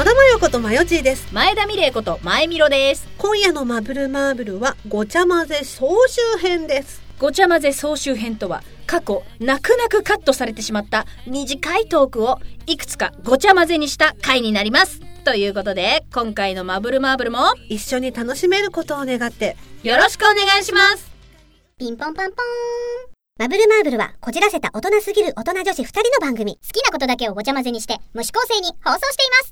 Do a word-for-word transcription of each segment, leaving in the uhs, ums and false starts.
野田真代ことまよちーです。 前田美玲こと前みろです。 今夜のマブルマーブルはごちゃ混ぜ総集編です。 ごちゃ混ぜ総集編とは、過去泣く泣くカットされてしまった短いトークをいくつかごちゃ混ぜにした回になります。ということで、今回のマブルマーブルも一緒に楽しめることを願ってよろしくお願いします。 ピンポンパンポーン。マブルマーブルはこじらせた大人すぎる大人女子ふたりの番組。好きなことだけをごちゃ混ぜにして無視構成に放送しています。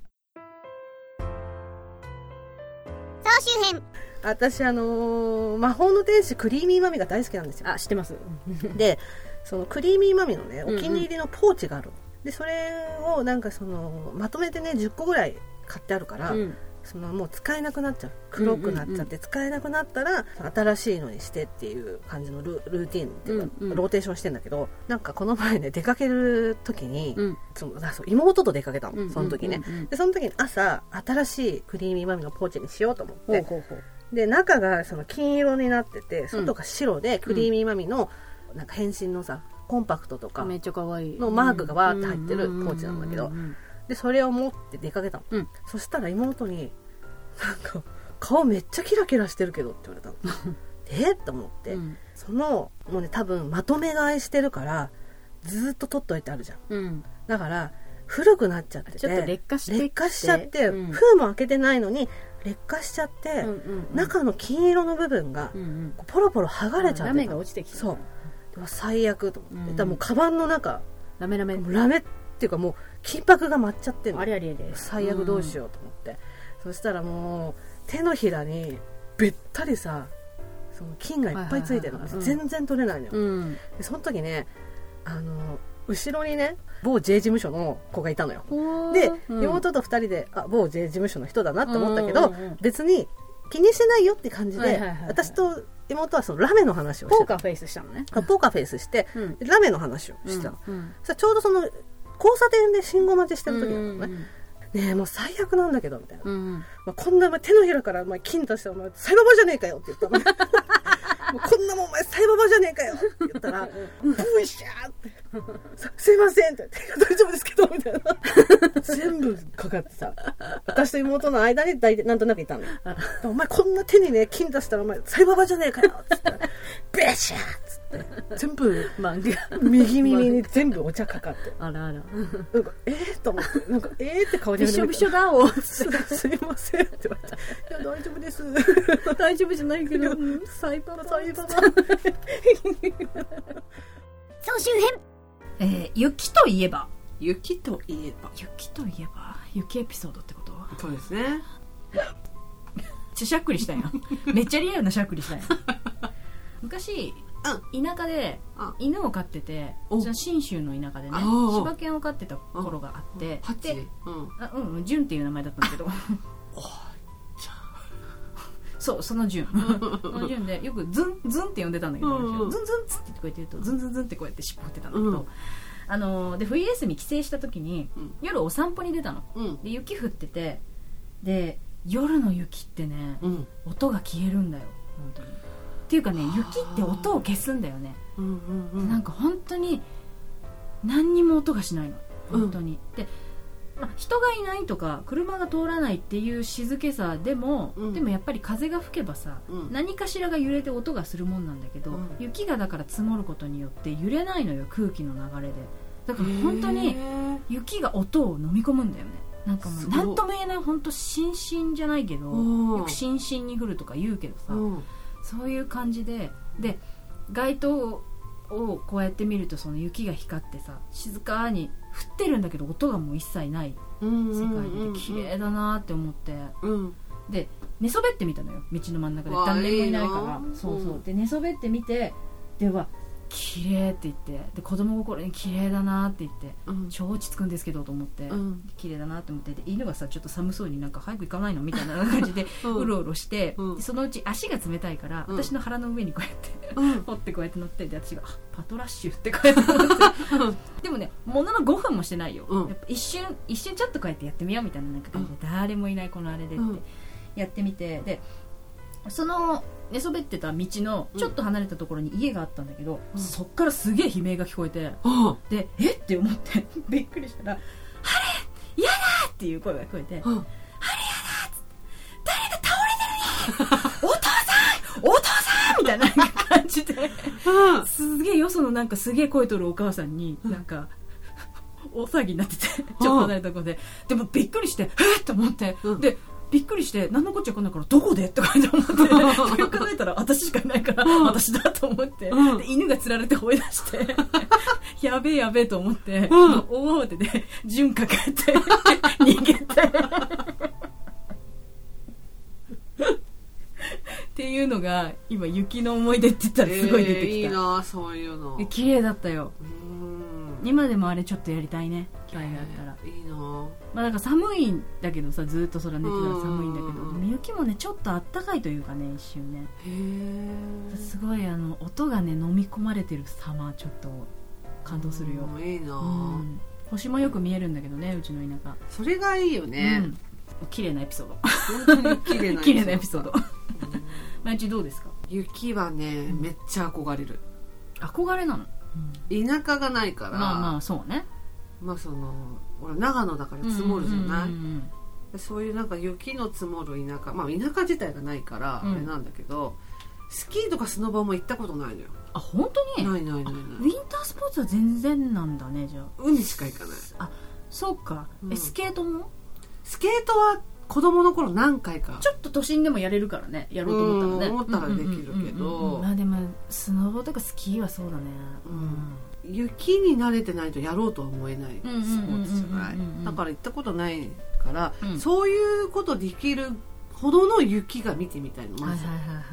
総集編。 私あのー、魔法の天使クリーミーマミが大好きなんですよ。 あ、知ってますで、そのクリーミーマミのねお気に入りのポーチがある、うんうん、でそれをなんかそのまとめてねじゅっこぐらい買ってあるから、うん、そのもう使えなくなっちゃう、黒くなっちゃって使えなくなったら新しいのにしてっていう感じの ル, ルーティンっていうか、うんうん、ローテーションしてんだけど、なんかこの前ね出かける時に、うん、そのそう妹と出かけたの、その時ね、うんうんうん、でその時に朝新しいクリーミーマミのポーチにしようと思って、ほうほうほう、で中がその金色になってて外が白でクリーミーマミのなんか変身のさコンパクトとかめっちゃ可愛いのマークがわーって入ってるポーチなんだけど、でそれを持って出かけたの、うん、そしたら妹になんか顔めっちゃキラキラしてるけどって言われたのえっと思って、うん、そのもうね多分まとめ買いしてるからずっと取っといてあるじゃん、うん、だから古くなっちゃっててちょっと劣化して劣化しちゃって、うん、封も開けてないのに劣化しちゃって、うんうんうん、中の金色の部分が、うんうん、ポロポロ剥がれちゃってた、 ラメが落ちてきてそうでも最悪と思って、うん、だからもうカバンの中ラメラメラメっていうかもう金箔が舞っちゃってるの、 あれあれあれ最悪どうしようと思って、うん、そしたらもう手のひらにべったりさその金がいっぱいついてるの、はいはいはいはい、全然取れないのよ、うん、でその時ねあの後ろにね某 J 事務所の子がいたのよ。で、うん、妹とふたりであ某 J 事務所の人だなと思ったけど、うんうんうん、別に気にしてないよって感じで、はいはいはいはい、私と妹はそのラメの話をしてポーカーフェイスしたのね。 ポーカーフェイスして、うん、ラメの話をしてたの、うんうん、さちょうどその交差点で信号待ちしてる時なのね、うんうん、ねえもう最悪なんだけどみたいな、うんうんまあ、こんな手のひらからお前金出してお前サイババじゃねえかよって言ったのねもうこんなもんお前サイババじゃねえかよって言ったらブイシャーってすいませんって大丈夫ですけどみたいな全部かかってさ私と妹の間に大体なんとなくいたのお前こんな手にね金出したらお前サイババじゃねえかよって言ったらベシャーっつって全部右耳に全部お茶かかってあらあらなんかえー、と思ってなんかえーって顔でびしょびしょだおすいませんって言われたいや大丈夫です大丈夫じゃないけどサイババサイババ総集編。 えー、雪といえば雪といえば雪といえば雪エピソードってこと？ そうですねしゃっくりしたんやめっちゃリアルなしゃっくりしたんや昔、うん、田舎で犬を飼ってて、信州の田舎でね柴犬を飼ってた頃があってハチ、 うんあうん、ジュンっていう名前だったんだけどそうそのジュンそのジュンでよくズンズンって呼んでたんだけど、うんうん、ズンズンツってこうやって言うとズンズンズンってこうやって尻尾振ってたんだけど、うん、あので冬休み帰省した時に、うん、夜お散歩に出たの、うん、で雪降っててで夜の雪ってね、うん、音が消えるんだよ本当にっていうかね雪って音を消すんだよね、うんうんうん、なんか本当に何にも音がしないの本当に、うん、でまあ、人がいないとか車が通らないっていう静けさでも、うん、でもやっぱり風が吹けばさ、うん、何かしらが揺れて音がするもんなんだけど、うん、雪がだから積もることによって揺れないのよ空気の流れでだから本当に雪が音を飲み込むんだよねなんかもう何とも言えない本当しんしんじゃないけどよくしんしんに降るとか言うけどさそういう感じでで街灯をこうやって見るとその雪が光ってさ静かに降ってるんだけど音がもう一切ない世界で綺麗だなって思って、うん、で寝そべってみたのよ道の真ん中で誰もいないからそうそうで寝そべってみてでは綺麗って言ってで子供心に綺麗だなって言って、うん、超落ち着くんですけどと思って、うん、綺麗だなって思ってで犬がさちょっと寒そうになんか早く行かないのみたいな感じでうろうろして、うん、でそのうち足が冷たいから、うん、私の腹の上にこうやって、うん、持ってこうやって乗ってで私がパトラッシュってこうやって乗ってでもねもののごふんもしてないよ、うん、やっぱ一瞬一瞬ちょっとこうやってやってみようみたいななんか感じで、うん、誰もいないこのあれでってやってみてでその寝そべってた道のちょっと離れたところに家があったんだけど、うん、そっからすげえ悲鳴が聞こえて、うん、でえって思ってびっくりしたら「あれやだ!」ってっていう声が聞こえて、 うん、 ハリアだ誰が倒れてるにお父さんお父さんみたいな感じで、うん、すげえよそのなんかすげえ声取るお母さんになんか、うん、大騒ぎになってて、ちょっと離れたところで、でもびっくりしてえっと思って、うん、でびっくりして何のこっちゃこんないからどこでとか思ってよく考えたら私しかいないから、うん、私だと思って、うん、で犬がつられて吠え出してやべえやべえと思って、うん、大慌てで順かけて逃げてっていうのが今雪の思い出って言ったらすごい出てきた、えー、いいなそういうの綺麗だったよ。うん今でもあれちょっとやりたいね機会があったら、 えー、いいな。 まあなんか寒いんだけどさずっと空寝てたら寒いんだけど、でも雪もねちょっとあったかいというかね一瞬ねへすごいあの音がね飲み込まれてる様ちょっと感動するよ。 いいな、うん、 星もよく見えるんだけどねうちの田舎。 それがいいよね、うん、 綺麗なエピソード本当に綺麗な綺麗なエピソードまゆちどうですか？ 雪はね、うん、めっちゃ憧れる。 憧れなの、 うん、田舎がないからまあまあそうねまあその俺長野だから積もるじゃない、うんうんうんうん、そういうなんか雪の積もる田舎まあ田舎自体がないからあれなんだけど、うん、スキーとかスノボも行ったことないのよ。 あ本当に？ ないないないない。 ウィンタースポーツは全然なんだねじゃあ。 海しか行かない。 あそうか、うん、えスケートも？ スケートは子供の頃何回かちょっと都心でもやれるからねやろうと思ったらね思ったらできるけどまあでもスノボとかスキーはそうだね、 うん、雪に慣れてないとやろうとは思えないスポーツじゃない。だから行ったことないから、うん、そういうことできるほどの雪が見てみたいのまず、はいはいはいはい、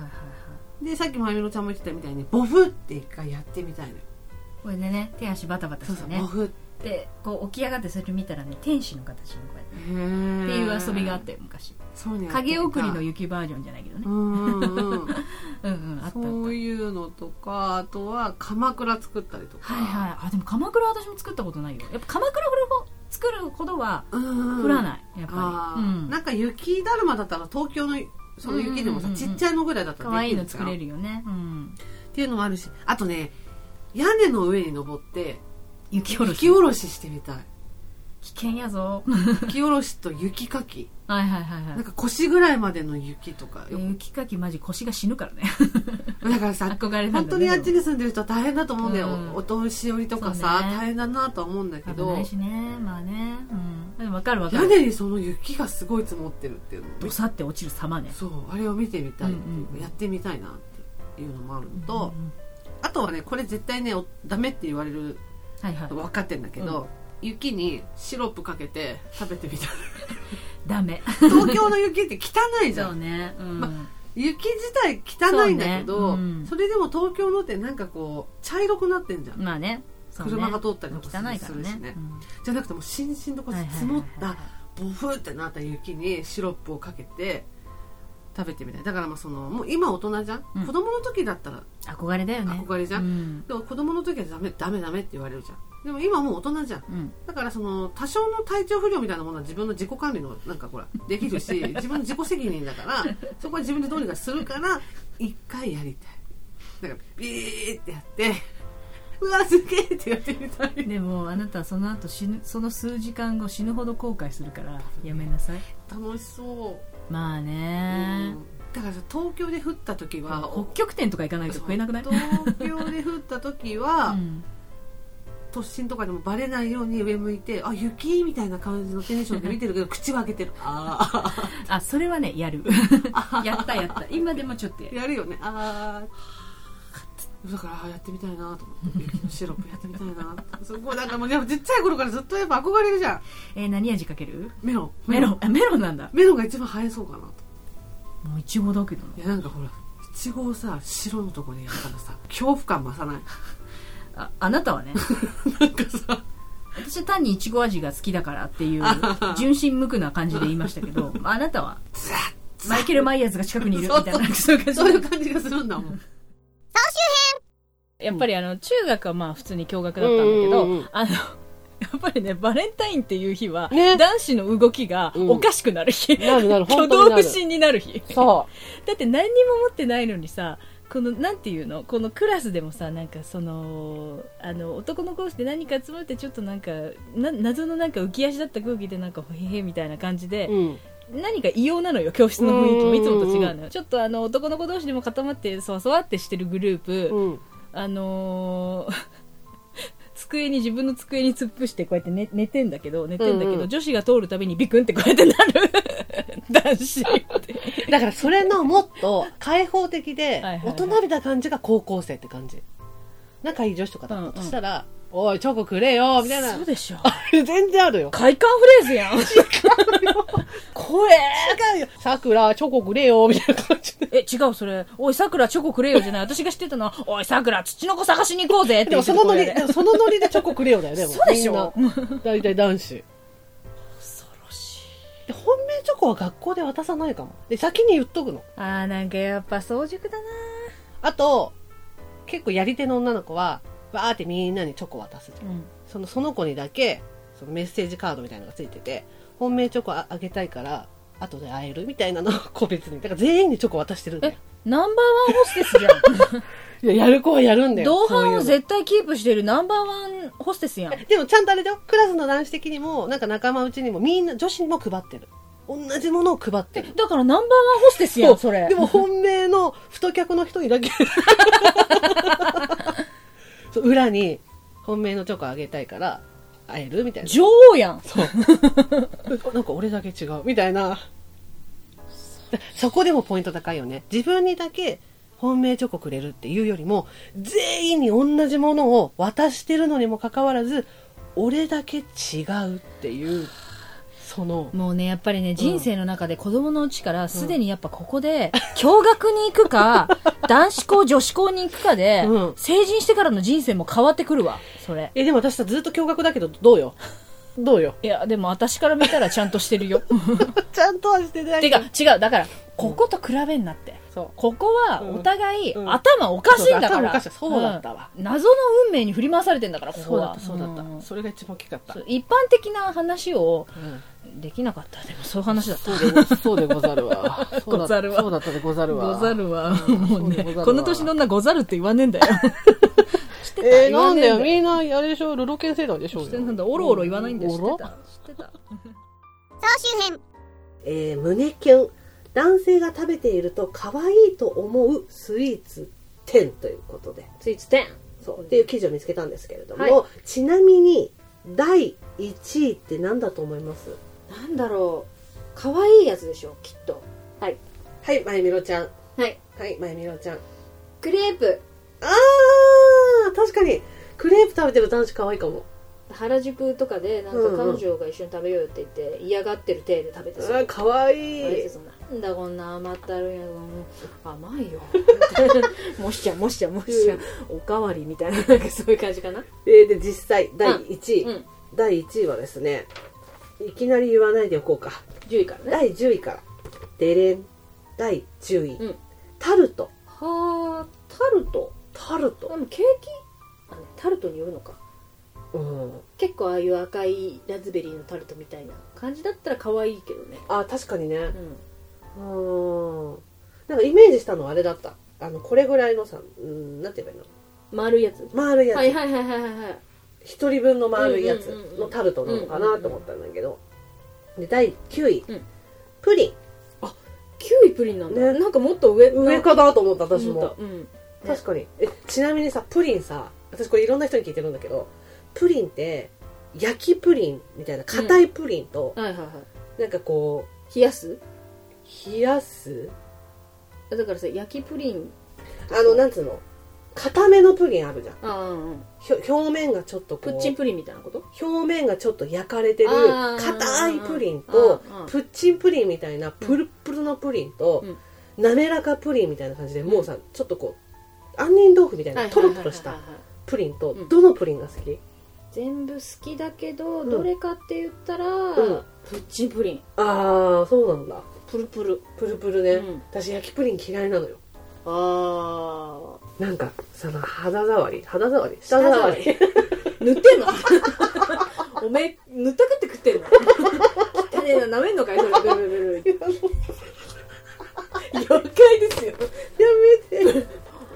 でさっきまゆみのちゃんも言ってたみたいにボフって一回やってみたいのよ。 これでね手足バタバタしてねそうそうボフでこう起き上がってそれ見たらね天使の形にこうやってっていう遊びがあったよ昔。そうね、影送りの雪バージョンじゃないけどねうんうん、うんうん、あったそういうのとかあとは鎌倉作ったりとか。 はいはい。あでも鎌倉私も作ったことないよ。やっぱ鎌倉を作るほどは降らないやっぱり、うん、 なんか雪だるまだったら東京のその雪でもさ、うんうんうんうん、ちっちゃいのぐらいだったら可愛いの作れるよね、うん、 っていうのもあるしあとね屋根の上に登って雪下ろし雪下ろししてみたい。 危険やぞ雪下ろしと雪かきはいはいはいはい。 なんか腰ぐらいまでの雪とか雪かきマジ腰が死ぬからねだからさ憧れなんだ、ね、 本当にあっちに住んでる人は大変だと思うんだよ、うん、お年寄りとかさ、ね、大変だなとは思うんだけど危ないしねまあね、うん、でも分かる分かる。 屋根にその雪がすごい積もってるっていうのドサって落ちる様ね。 そうあれを見てみたいっていう、うんうん、やってみたいなっていうのもあるのと、うんうん、あとはねこれ絶対ねダメって言われる、はいはい、分かってんだけど、うん雪にシロップかけて食べてみたダメ東京の雪って汚いじゃんそうね、うんまあ、 雪自体汚いんだけど そ,、ねうん、それでも東京のってなんかこう茶色くなってんじゃん。 まあね、そうね車が通ったりとかするしね、 汚いからね、うん、 じゃなくてもうしんしんとこ積もったボフってなった雪にシロップをかけて食べてみたい。だからまあそのもう今大人じゃん、うん、子供の時だったら憧れだよね。 憧れじゃん、うん、でも子供の時はダメダメダメって言われるじゃん。でも今もう大人じゃん、うん、だからその多少の体調不良みたいなものは自分の自己管理のなんかほらできるし自分の自己責任だからそこは自分でどうにかするから一回やりたい。だからビーってやってうわすげーってやってみたい。 でもあなたはその後死ぬその数時間後死ぬほど後悔するからやめなさい。 楽しそう。 まあね、 うん、だから東京で降った時は北極点とか行かないと食えなくない？ 東京で降った時は、うん突進とかでもバレないように上向いてあ雪みたいな感じのテンションで見てるけど口を開けてるああそれはねやるやったやった今でもちょっとやるやるよねあだからやってみたいなと思って雪のシロップやってみたいなすごいなんかもうちっちゃい頃からずっとやっぱ憧れるじゃん。 えー、何味かける？ メロンメロンあメロンなんだ。 メロンが一番映えそうかなと。 もうイチゴだけどいやなんかほらイチゴをさ白のところにやったらさ恐怖感増さない？ あ, あなたはねなんかさ私は単にいちご味が好きだからっていう純真無垢な感じで言いましたけどあなたはマイケル・マイヤーズが近くにいるみたいなそういう感じそういう感じがするんだもん。総集編やっぱりあの中学はまあ普通に共学だったんだけど、うんうんうん、あのやっぱりねバレンタインっていう日は、ね、男子の動きがおかしくなる日、うん、なるなる挙動不審になる日。そうだって何にも持ってないのにさこのなんていうのこのクラスでもさなんかそのあの男の子して何か集まってちょっとなんかな謎のなんか浮き足だった空気でなんかへへみたいな感じで、うん、何か異様なのよ教室の雰囲気もいつもと違うのよ。ちょっとあの男の子同士でも固まってそわそわってしてるグループ、うん、あのー机に自分の机に突っ伏してこうやって 寝, 寝てんだけど寝てんだけど、うんうん、女子が通るたびにビクンってこうやってなる男子だからそれのもっと開放的で大人びた感じが高校生って感じ。仲いい女子とかだったとしたら、うんうん、おいチョコくれよみたいな。 そうでしょ全然あるよ。 快感フレーズやん。違うよ声違うよ。さくらチョコくれよみたいな感じで。 え違うそれおいさくらチョコくれよじゃない。私が知ってたのはおいさくら土の子探しに行こうぜって言ってでもそのノリでもそのノリでチョコくれよだよね。 そうでしょ大体男子。 恐ろしい。 で本命チョコは学校で渡さないかも。で先に言っとくの。 あーなんかやっぱ早熟だな。 あと結構やり手の女の子はバーってみんなにチョコ渡すじゃん、うん、そのその子にだけそのメッセージカードみたいなのがついてて本命チョコ あ, あげたいから後で会えるみたいなのを個別にだから全員にチョコ渡してるんだよ。 えナンバーワンホステスじゃん。 いややる子はやるんだよ。 同伴を絶対キープしてるナンバーワンホステスやん。 でもちゃんとあれだよクラスの男子的にもなんか仲間内にもみんな女子にも配ってる。同じものを配ってる。 だからナンバーワンホステスやんそれ。 でも本命の太客の人にだけそう裏に本命のチョコあげたいから会えるみたいな。 女王やん。 そうなんか俺だけ違うみたいな。そこでもポイント高いよね。自分にだけ本命チョコくれるっていうよりも全員に同じものを渡してるのにもかかわらず俺だけ違うっていうそのもうねやっぱりね、うん、人生の中で子供のうちからすでにやっぱここで共学に行くか男子校女子校に行くかで、うん、成人してからの人生も変わってくるわそれ。 えでも私さずっと共学だけどどうよどうよ。 いやでも私から見たらちゃんとしてるよちゃんとはしてない。 てか違うだからここと比べんなって、うん、そうここはお互い、うん、頭おかしいんだから。 そうだったわ、 うん、謎の運命に振り回されてんだからここは。 そうだったそうだった、うん、それが一番大きかった。 一般的な話を、うん、できなかった。でもそういう話だった。 そうでそうでござるわござるわそうだったでござるわござるわ、うん、もうねこの年の女ござるって言わねえんだよえー、なんだよみんなあれでしょルロケン世代でしょ。 なんだオロオロ言わないんだよ。知ってた知ってた総集編。 えー、胸キュン男性が食べていると可愛いと思うスイーツじゅうということでスイーツじゅうそうっていう記事を見つけたんですけれども、はい、ちなみにだいいちいって何だと思います？ なんだろう可愛いやつでしょきっと。はいはいまゆみろちゃん。 はいはいまゆみろちゃん。 クレープ。 あー確かにクレープ食べてる男子可愛いかも。 原宿とかでなんか彼女が一緒に食べようって言って嫌がってる体で食べてそう。あかわいい。 なんだこんな甘ったるいやつ甘いよもしちゃもしちゃもしちゃ、うん、おかわりみたいななんかそういう感じかな。 えー、で実際だいいちい、うん、だいいちいはですねいきなり言わないでおこうか。 じゅういからね。 だいじゅういからでれんだいじゅうい、うん、タルト。 はータルトタルト。 でもケーキあタルトによるのか。 うん、結構ああいう赤いラズベリーのタルトみたいな感じだったら可愛いけどね。 あ確かにね、うん、うんなんかイメージしたのはあれだった。あのこれぐらいのさ、うん、なんて言えばいいの丸いやつ丸いやつはいはいはいはいはい一人分の丸いやつのタルトなのかなと思ったんだけど、でだいきゅうい、うん、プリン。 あきゅういプリンなんだ、ね、なんかもっと上上かなと思った私も、 うんね、 確かに。えちなみにさプリンさ私これいろんな人に聞いてるんだけどプリンって焼きプリンみたいな硬いプリンと、 うんはいはいはい、 なんかこう冷やす冷やすだからさ焼きプリンあのなんつうの硬めのプリンあるじゃん。 あ、うんうん、 表面がちょっとこうプッチンプリンみたいなこと。 表面がちょっと焼かれてる硬いプリンとプッチンプリンみたいなプルプルのプリンと、うん、滑らかプリンみたいな感じで、うん、もうさちょっとこう杏仁豆腐みたいなトロトロしたプリンとどのプリンが好き？ 全部好きだけど、うん、どれかって言ったら、うん、プッチンプリン。 ああそうなんだ。 プルプルプルプルね、うん、私焼きプリン嫌いなのよ。 ああなんかその肌触り肌触り舌触り塗ってんのおめえ塗ったくって食ってんの汚ねえな舐めんのかいそれブルブルブル妖怪ですよやめて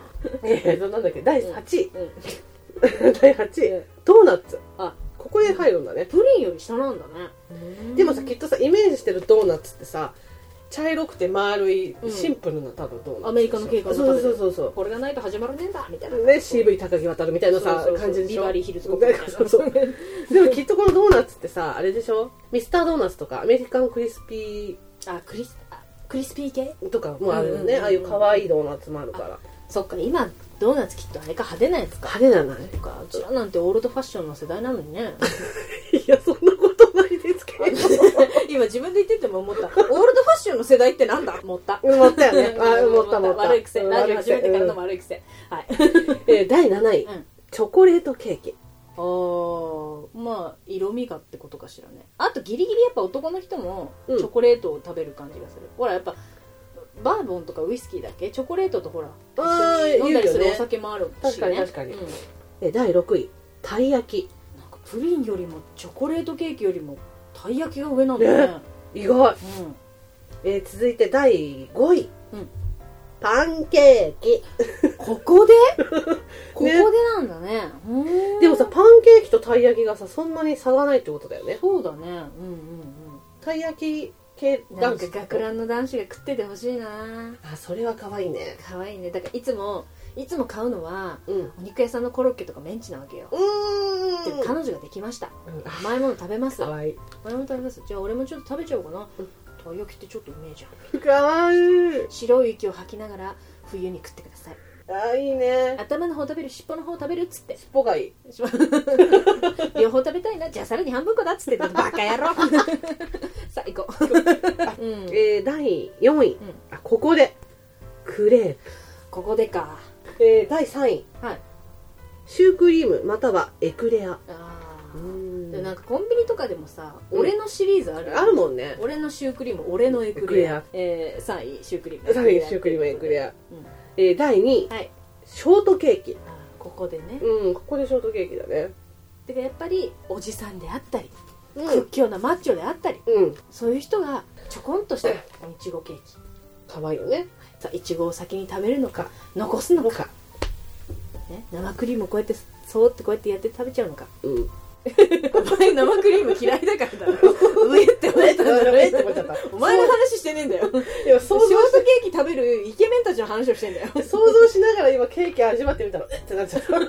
えっとなんだっけだいはちい、 うん、 だいはちい、うん、ドーナツ。 あ、 ここで入るんだね。 プリンより下なんだね。 でもさ、きっとさイメージしてるドーナツってさ、茶色くて丸いシンプルな多分ドーナツ、うん、 アメリカのケーキのそうそうそうそう、 これがないと始まらねえんだみたいなね、シーブイ 高木渡るみたいなさ、そうそうそう、感じでしょ。 ビバリーヒルズコップみたいな。 そうそうでもきっとこのドーナツってさ、あれでしょ、ミスタードーナツとかアメリカンクリスピー、あ、クリスクリスピー系とかもあるよね、ああいう可愛いドーナツもあるから。 そっか、今ドーナツきっとあれか、派手なやつか。 派手なのね。 うちらなんてオールドファッションの世代なのにね。 いや、そんなことないですけど今自分で言ってても思った。オールドファッションの世代ってなんだ、思った思ったよね。あ、思った思った。 悪い癖、ラジオ始めてからの悪い癖、うん、はい。 えー、だいなない、うん、チョコレートケーキ。 あー、まあ色味がってことかしらね。あとギリギリやっぱ男の人もチョコレートを食べる感じがする、うん、ほらやっぱバーボンとかウイスキーだけチョコレートとほら一緒に飲んだりするお酒もあるし、ね、 確かに確かに、うん、えだいろくいたい焼き。 なんかプリンよりもチョコレートケーキよりもたい焼きが上なんだね、ね、 意外、うんえー、続いてだいごい、うん、パンケーキ。 ここでここでなんだね。 ね、でもさ、パンケーキとたい焼きがさそんなに差がないってことだよね。 そうだね。うんうんうん。 たい焼き系なんか学ランの男子が食っててほしいな。 あ、それは可愛いね。 可愛いね。だからいつもいつも買うのは、うん、お肉屋さんのコロッケとかメンチなわけよ。うーん。で彼女ができました。うん、甘いもの食べます。 可愛い。 甘いもの食べます。じゃあ俺もちょっと食べちゃおうかな。うん、たい焼きってちょっとうめえじゃん。 可愛い。 白い息を吐きながら冬に食ってください。 あ、いいね。 頭の方食べる、尻尾の方食べるっつって。 尻尾がいい。 両方食べたいな。じゃあさらに半分こだっつってバカ野郎。さあ行こう。うん、 えー、だいよんい、うん、あ、ここでクレープ。 ここでか。 えー、だいさんい、 はい、 シュークリームまたはエクレア。 あー、でなんかコンビニとかでもさ、うん、俺のシリーズある、 あるもんね。 俺のシュークリーム、俺のエクレア。エクレア、えー、さんいシュークリーム、 さんいシュークリームエクレア、うん、えー、だいにい、はい、ショートケーキ。 あ、ここでね、 うん、ここでショートケーキだね。 てかやっぱりおじさんであったり、うん、屈強なマッチョであったり、うん、そういう人がちょこんとしたいちごケーキ。 かわいいよね。 さあいちごを先に食べるのか残すのか、ね、生クリームをこうやってそうってこうやってやって食べちゃうのか。うん。お前生クリーム嫌いだからだろ。上って思ったんだろ。上って思っちゃった。お前の話してねえんだよ。いや、想像ショートケーキ食べるイケメンたちの話をしてんだよ。 想像しながら今ケーキ味わってみたらえってなっちゃった。という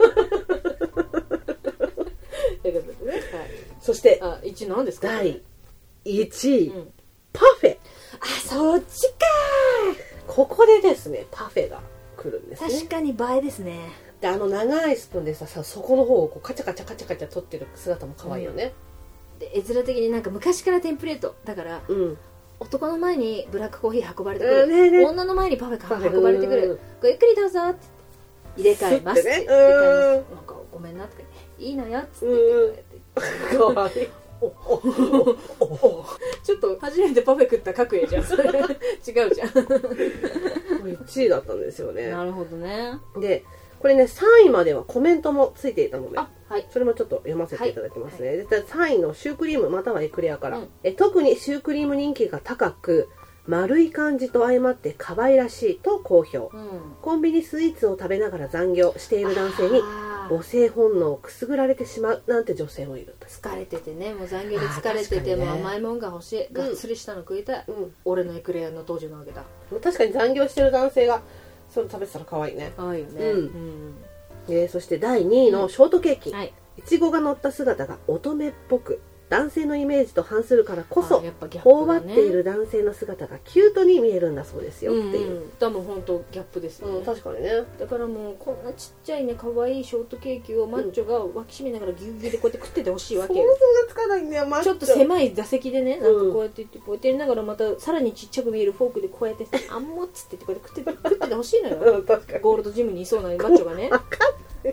ことでね。はい。そしてあ、いちい何ですか。 だいいちい、うん、パフェ。 あ、そっちか。 ここでですね、パフェが来るんですね。 確かに映えですね。 で、あの長いスプーンでさ、そこの方をこうカチャカチャカチャカチャ取ってる姿も可愛いよね。 うん、で絵面的になんか昔からテンプレートだから、うん、男の前にブラックコーヒー運ばれてくる、うんねね、女の前にパフェが運ばれてくる、ごゆっくりどうぞって入れ替えますって、ね、入れ替えます。なんかごめんなっていいのよっつって言って可愛い。おおおおちょっと初めてパフェ食った角栄じゃん。それ違うじゃん。これいちいだったんですよね。 なるほどね。 でこれねさんいまではコメントもついていたので、はい、それもちょっと読ませていただきますね。はいはい、さんいのシュークリームまたはエクレアから、うん、え特にシュークリーム人気が高く丸い感じと相まって可愛らしいと好評、うん、コンビニスイーツを食べながら残業している男性に母性本能をくすぐられてしまうなんて女性もいると。 疲れててね、もう残業で疲れてて、ね、もう甘いもんが欲しい、がっつりしたの食いたい、うん、俺のエクレアの登場なわけだ。 確かに残業してる男性がそれ食べてたら可愛いね。 可愛いよね、うんうん、 えー、そしてだいにいのショートケーキ、うん、はい、いちごが乗った姿が乙女っぽく男性のイメージと反するからこそ、ね、頬張っている男性の姿がキュートに見えるんだそうですよっていう、うんうん、 多分本当ギャップですよね、 うん、確かにね。 だからもうこんなちっちゃいね可愛いショートケーキをマッチョが脇しめながらギュウギュウでこうやって食っててほしいわけよ。 想像がつかないんだよマッチョ。 ちょっと狭い座席でね、なんかこうやって言ってこうやってやりながらまたさらにちっちゃく見えるフォークでこうやってあんもっつってこうやって食って食っててほしいのよ、うん、確かにゴールドジムにいそうなマッチョがね。うん、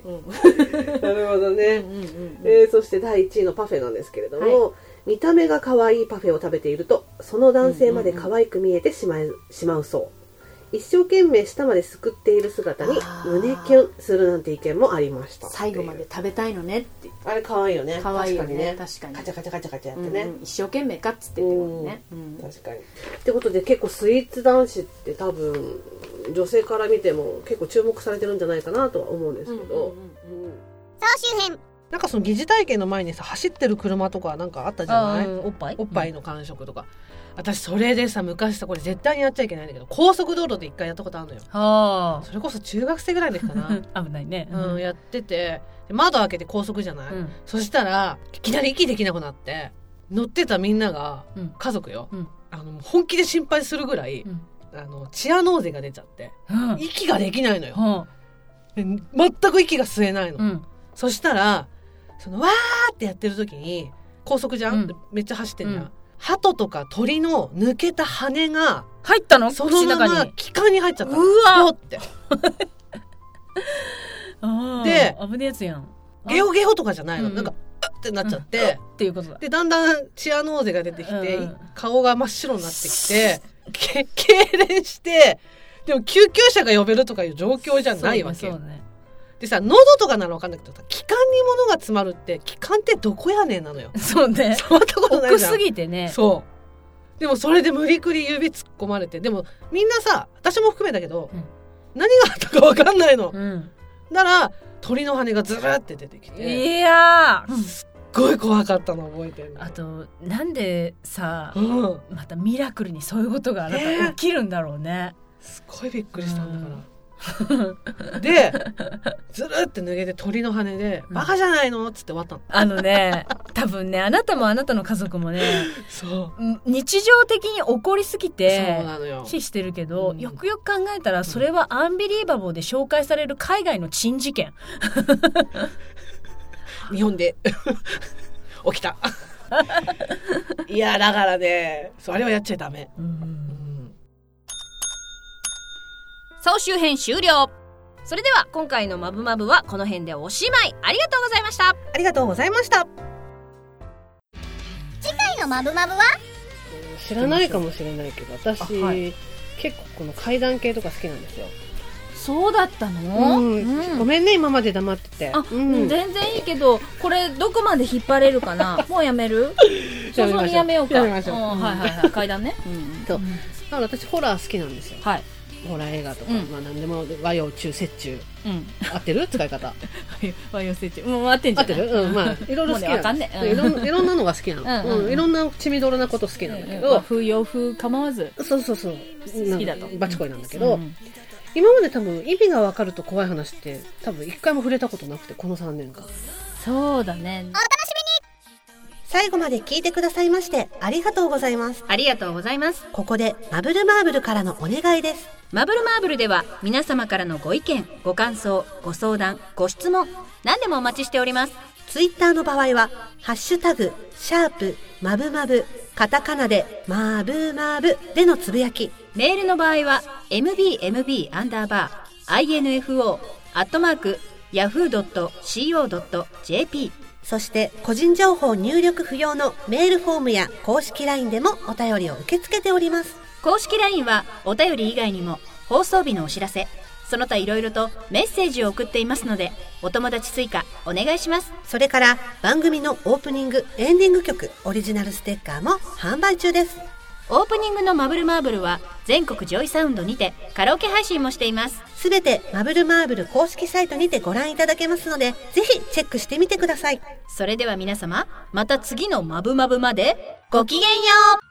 なるほどね。うんうんうん、えー、そしてだいいちいのパフェなんですけれども、はい、見た目が可愛いパフェを食べているとその男性まで可愛く見えてしまい、しまうそう。一生懸命舌まですくっている姿に胸キュンするなんて意見もありました。 最後まで食べたいのねって。 あれ可愛いよね。 可愛いよね。確かにね。 カチャカチャカチャカチャやってね、 うんうん、一生懸命かっつって言ってもね、 うんうん、確かに。ってことで結構スイーツ男子って多分女性から見ても結構注目されてるんじゃないかなとは思うんですけど、うんうんうんうん、 総集編。 なんかその疑似体験の前にさ走ってる車とかなんかあったじゃない？ おっぱいおっぱいの感触とか、うん、私それでさ昔さこれ絶対にやっちゃいけないんだけど高速道路で一回やったことあるのよ。はあ、それこそ中学生ぐらいの時かな危ないね、 うん、やってて窓開けて高速じゃない、うん、そしたらいきなり息できなくなって乗ってたみんなが、うん、家族よ、うん、あの本気で心配するぐらい、うん、あのチアノーゼが出ちゃって、うん、息ができないのよ、うん、で全く息が吸えないの、うん、そしたらそのわーってやってる時に高速じゃん、うん、めっちゃ走ってんじゃん、うん、鳩とか鳥の抜けた羽が入ったの？ そのまま気管に入っちゃったの。 うわってあで危ねえやつやん。 ゲホゲホとかじゃないの、うん、なんかうってなっちゃって、 うん、っていうことだ。 でだんだんチアノーゼが出てきて、うん、顔が真っ白になってきてけ痙攣して、でも救急車が呼べるとかいう状況じゃないわけよ。そうね、そうね。でさ、喉とかなら分かんないけどさ、気管に物が詰まるって気管ってどこやねんなのよ。 そうね。 触ったことないじゃん。 奥すぎてね。 そう。でもそれで無理くり指突っ込まれて、でもみんなさ、私も含めだけど、うん、何があったか分かんないの。うん、だから鳥の羽がずらって出てきて、 いやー、すっごい怖かったの覚えてるの。 あとなんでさ、うん、またミラクルにそういうことがあなた起きるんだろうね。 すっごいびっくりしたんだから。うんでずるって脱げて鳥の羽で、うん、バカじゃないのっつって終わったの。 あのね多分ねあなたもあなたの家族もねそう日常的に起こりすぎてそうなのよ死してるけど、うん、よくよく考えたらそれはアンビリーバボーで紹介される海外の珍事件日本で起きたいやだからねそれはやっちゃダメ。うん、 総集編終了。それでは今回のマブマブはこの辺でおしまい。ありがとうございました。 ありがとうございました。 次回のマブマブは知らないかもしれないけど私、はい、結構この怪談系とか好きなんですよ。 そうだったの、 うんうん、ごめんね今まで黙ってて。 あ、うん、全然いいけどこれどこまで引っ張れるかなもうやめる早々にやめようか。 やめましょう、うん、 はいはいはい怪談ね、うん、 そう、うん、だから私ホラー好きなんですよ。はい、ホラー映画とか、うん、まあ何でも和洋中折衷、うん、合ってる使い方和洋折衷もう合ってんじゃない？合ってる、うん、まあいろいろ好きなの、ねうん、いろんいろんなのが好きなの、うんうんうん、いろんな血みどろなこと好きなんだけど、 和風洋風構わずそうそうそう好きだとバチコイなんだけど、うんうん、今まで多分意味が分かると怖い話って多分一回も触れたことなくてこのさんねんかん。 そうだね。 お楽しみに。 最後まで聞いてくださいましてありがとうございます。 ありがとうございます。 ここでマブルマーブルからのお願いです。 マブルマーブルでは皆様からのご意見ご感想ご相談ご質問何でもお待ちしております。 ツイッターの場合はハッシュタグシャープマブマブカタカナでマブマブでのつぶやき。 メールの場合は エムビーエムビー アンダーバー アイエヌエフオー アットマーク ヤフー ドット シーオー ドット ジェーピー。 そして個人情報入力不要のメールフォームや公式 ライン でもお便りを受け付けております。 公式 ライン はお便り以外にも放送日のお知らせその他いろいろとメッセージを送っていますのでお友達追加お願いします。 それから番組のオープニングエンディング曲オリジナルステッカーも販売中です。 オープニングのマブルマーブルは全国ジョイサウンドにてカラオケ配信もしています。 すべてマブルマーブル公式サイトにてご覧いただけますのでぜひチェックしてみてください。 それでは皆様また次のマブマブまでごきげんよう。